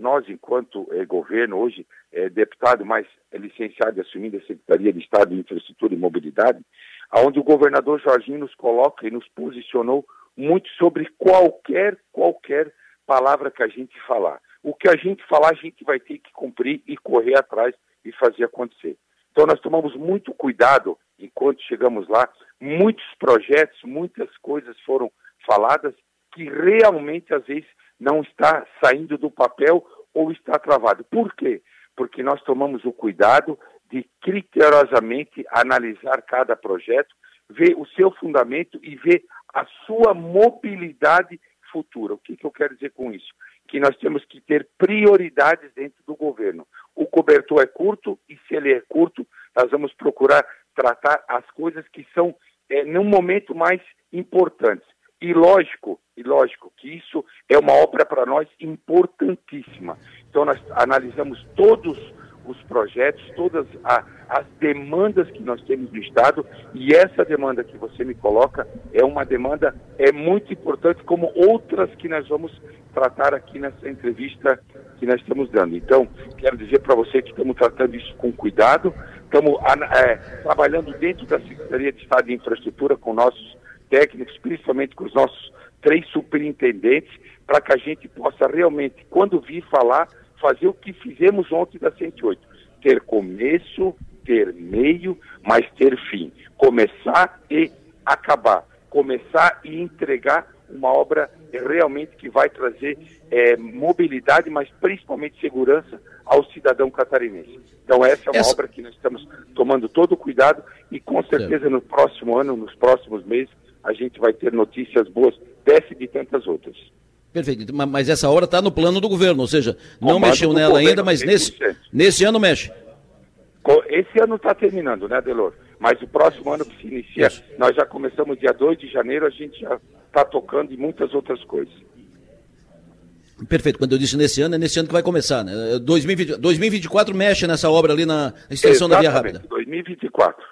nós enquanto governo, hoje deputado, mas licenciado e assumindo a Secretaria de Estado de Infraestrutura e Mobilidade, onde o governador Jorginho nos coloca e nos posicionou muito sobre qualquer palavra que a gente falar. O que a gente falar, a gente vai ter que cumprir e correr atrás e fazer acontecer. Então nós tomamos muito cuidado enquanto chegamos lá, muitos projetos, muitas coisas foram faladas que realmente às vezes não está saindo do papel ou está travado. Por quê? Porque nós tomamos o cuidado de criteriosamente analisar cada projeto, ver o seu fundamento e ver a sua mobilidade futura. O que eu quero dizer com isso? Que nós temos que ter prioridades dentro do governo. O cobertor é curto e se ele é curto, nós vamos procurar tratar as coisas que são, num momento, mais importantes. E lógico que isso é uma obra para nós importantíssima. Então nós analisamos todos os projetos, todas as demandas que nós temos no Estado, e essa demanda que você me coloca é uma demanda muito importante, como outras que nós vamos tratar aqui nessa entrevista que nós estamos dando. Então, quero dizer para você que estamos tratando isso com cuidado, estamos trabalhando dentro da Secretaria de Estado de Infraestrutura com nossos técnicos, principalmente com os nossos 3 superintendentes, para que a gente possa realmente, quando vir falar, fazer o que fizemos ontem da 108. Ter começo, ter meio, mas ter fim. Começar e acabar. Começar e entregar uma obra realmente que vai trazer mobilidade, mas principalmente segurança ao cidadão catarinense. Então essa é uma obra que nós estamos tomando todo o cuidado e com certeza no próximo ano, nos próximos meses, a gente vai ter notícias boas dessa e de tantas outras. Perfeito, mas essa obra está no plano do governo, ou seja, não mexeu nela ainda, mas nesse ano mexe. Esse ano está terminando, né, Adelor? Mas o próximo ano que se inicia, nós já começamos dia 2 de janeiro, a gente já está tocando em muitas outras coisas. Perfeito, quando eu disse nesse ano, é nesse ano que vai começar, né? 2024 mexe nessa obra ali na extensão da Via Rápida. 2024.